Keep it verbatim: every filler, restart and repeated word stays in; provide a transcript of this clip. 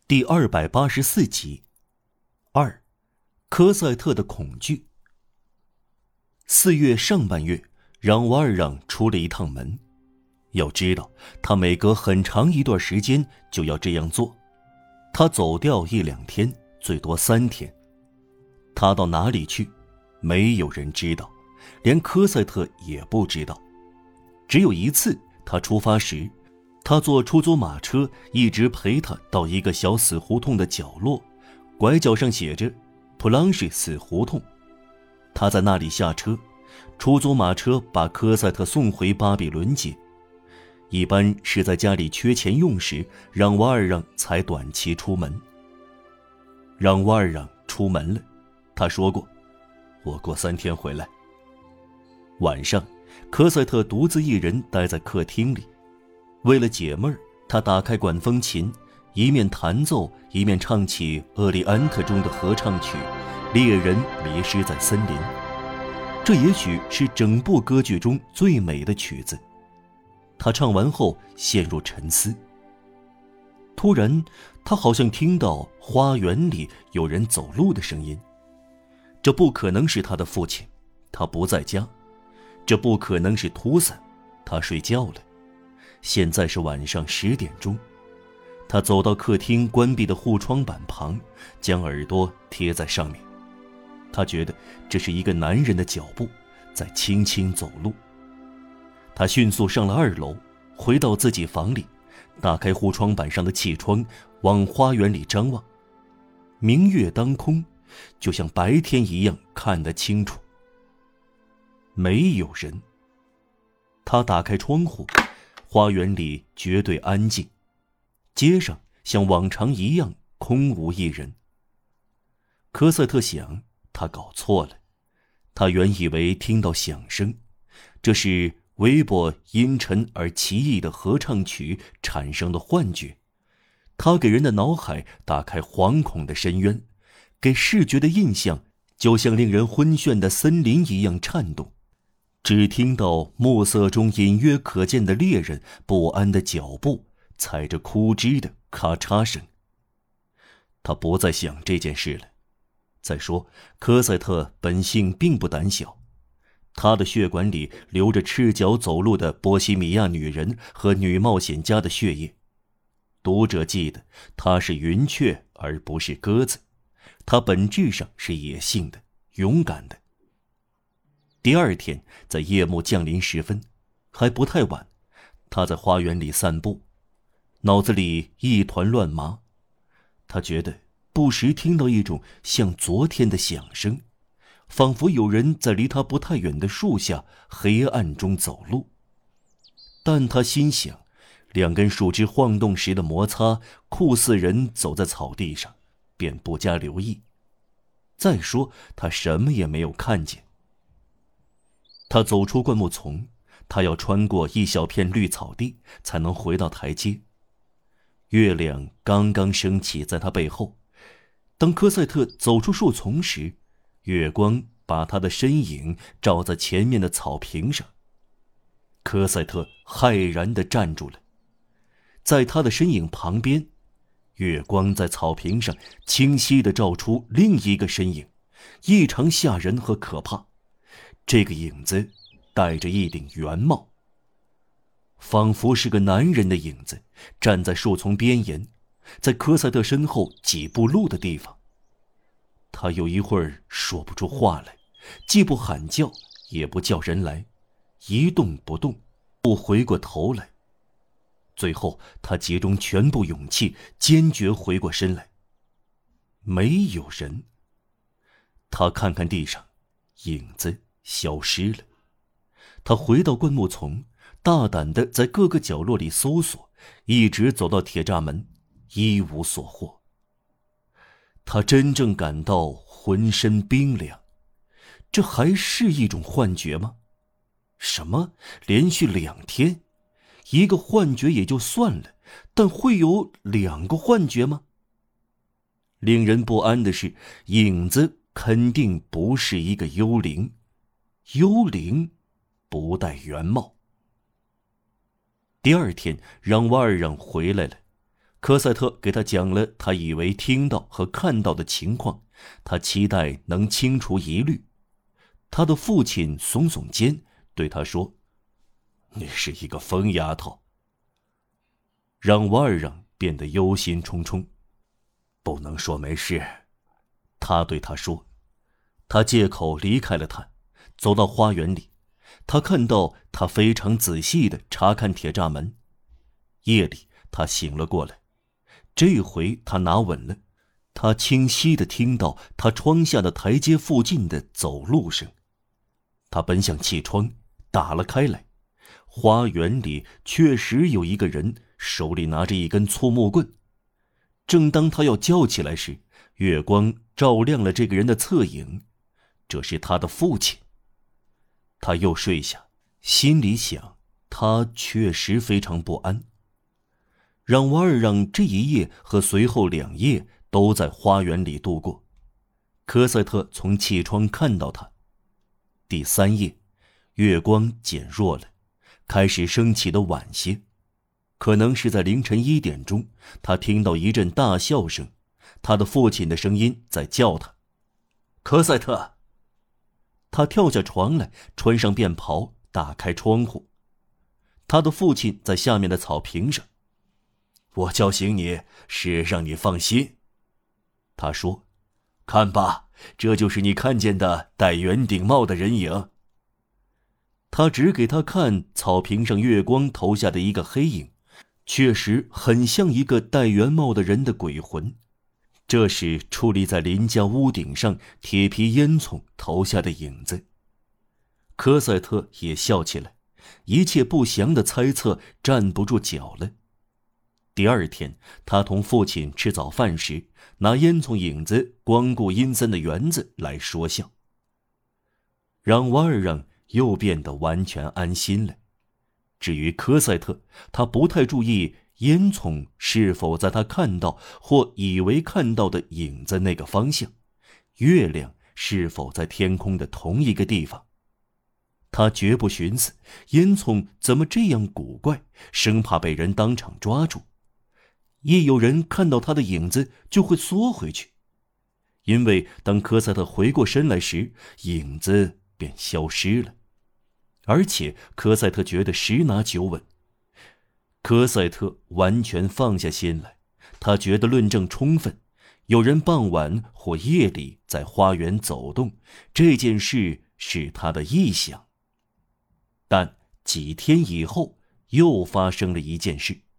第二百八十四集。二，科赛特的恐惧。四月上半月，让瓦尔让出了一趟门。要知道，他每隔很长一段时间就要这样做。他走掉一两天，最多三天。他到哪里去，没有人知道，连科赛特也不知道。只有一次，他出发时，他坐出租马车一直陪他到一个小死胡同的角落，拐角上写着普朗什死胡同。他在那里下车，出租马车把科赛特送回巴比伦街。一般是在家里缺钱用时，让瓦尔让才短期出门。让瓦尔让出门了，他说过，我过三天回来。晚上，科赛特独自一人待在客厅里。为了解闷儿，他打开管风琴，一面弹奏，一面唱起《厄利安特》中的合唱曲《猎人迷失在森林》。这也许是整部歌剧中最美的曲子。他唱完后陷入沉思。突然，他好像听到花园里有人走路的声音。这不可能是他的父亲，他不在家。这不可能是图森，他睡觉了。现在是晚上十点钟。他走到客厅关闭的护窗板旁，将耳朵贴在上面。他觉得这是一个男人的脚步在轻轻走路。他迅速上了二楼，回到自己房里，打开护窗板上的气窗，往花园里张望。明月当空，就像白天一样看得清楚。没有人。他打开窗户，花园里绝对安静，街上像往常一样空无一人。科赛特想，他搞错了。他原以为听到响声，这是微薄阴沉而奇异的合唱曲产生的幻觉。它给人的脑海打开惶恐的深渊，给视觉的印象就像令人昏眩的森林一样颤动。只听到暮色中隐约可见的猎人不安的脚步踩着枯枝的咔嚓声。他不再想这件事了。再说，科赛特本性并不胆小，他的血管里流着赤脚走路的波西米亚女人和女冒险家的血液。读者记得，他是云雀而不是鸽子，他本质上是野性的、勇敢的。第二天，在夜幕降临时分，还不太晚，他在花园里散步，脑子里一团乱麻。他觉得不时听到一种像昨天的响声，仿佛有人在离他不太远的树下黑暗中走路。但他心想，两根树枝晃动时的摩擦酷似人走在草地上，便不加留意。再说，他什么也没有看见。他走出灌木丛，他要穿过一小片绿草地才能回到台阶。月亮刚刚升起在他背后。当科赛特走出树丛时，月光把他的身影照在前面的草坪上。科赛特骇然地站住了。在他的身影旁边，月光在草坪上清晰地照出另一个身影，异常吓人和可怕。这个影子戴着一顶圆帽，仿佛是个男人的影子，站在树丛边沿，在科赛特身后几步路的地方。他有一会儿说不出话来，既不喊叫，也不叫人来，一动不动，不回过头来。最后，他集中全部勇气，坚决回过身来。没有人。他看看地上，影子消失了。他回到灌木丛，大胆地在各个角落里搜索，一直走到铁栅门，一无所获。他真正感到浑身冰凉。这还是一种幻觉吗？什么？连续两天？一个幻觉也就算了，但会有两个幻觉吗？令人不安的是，影子肯定不是一个幽灵。幽灵不戴圆帽。第二天，让瓦尔让回来了。 科赛特给他讲了他以为听到和看到的情况，他期待能清除疑虑。他的父亲耸耸肩，对他说：“你是一个疯丫头。”让瓦尔让变得忧心忡忡。不能说没事，他对他说。他借口离开了他，走到花园里。他看到他非常仔细地查看铁栅门。夜里他醒了过来，这回他拿稳了。他清晰地听到他窗下的台阶附近的走路声。他奔向气窗，打了开来。花园里确实有一个人，手里拿着一根粗木棍。正当他要叫起来时，月光照亮了这个人的侧影，这是他的父亲。他又睡下，心里想，他确实非常不安。让瓦尔让这一夜和随后两夜都在花园里度过。科赛特从气窗看到他。第三夜，月光减弱了，开始升起的晚些。可能是在凌晨一点钟，他听到一阵大笑声，他的父亲的声音在叫他：“科赛特！”他跳下床来，穿上便袍，打开窗户。他的父亲在下面的草坪上。“我叫醒你是让你放心。”他说，“看吧，这就是你看见的戴圆顶帽的人影。”他指给他看草坪上月光投下的一个黑影，确实很像一个戴圆帽的人的鬼魂。这是矗立在林家屋顶上铁皮烟囱投下的影子。科赛特也笑起来，一切不祥的猜测站不住脚了。第二天，他同父亲吃早饭时，拿烟囱影子光顾阴森的园子来说笑。让瓦尔让又变得完全安心了。至于科赛特，他不太注意烟囱是否在他看到或以为看到的影子那个方向，月亮是否在天空的同一个地方。他绝不寻思烟囱怎么这样古怪，生怕被人当场抓住。一有人看到他的影子就会缩回去，因为当科赛特回过身来时，影子便消失了。而且科赛特觉得十拿九稳。科赛特完全放下心来，他觉得论证充分，有人傍晚或夜里在花园走动，这件事是他的臆想。但几天以后又发生了一件事。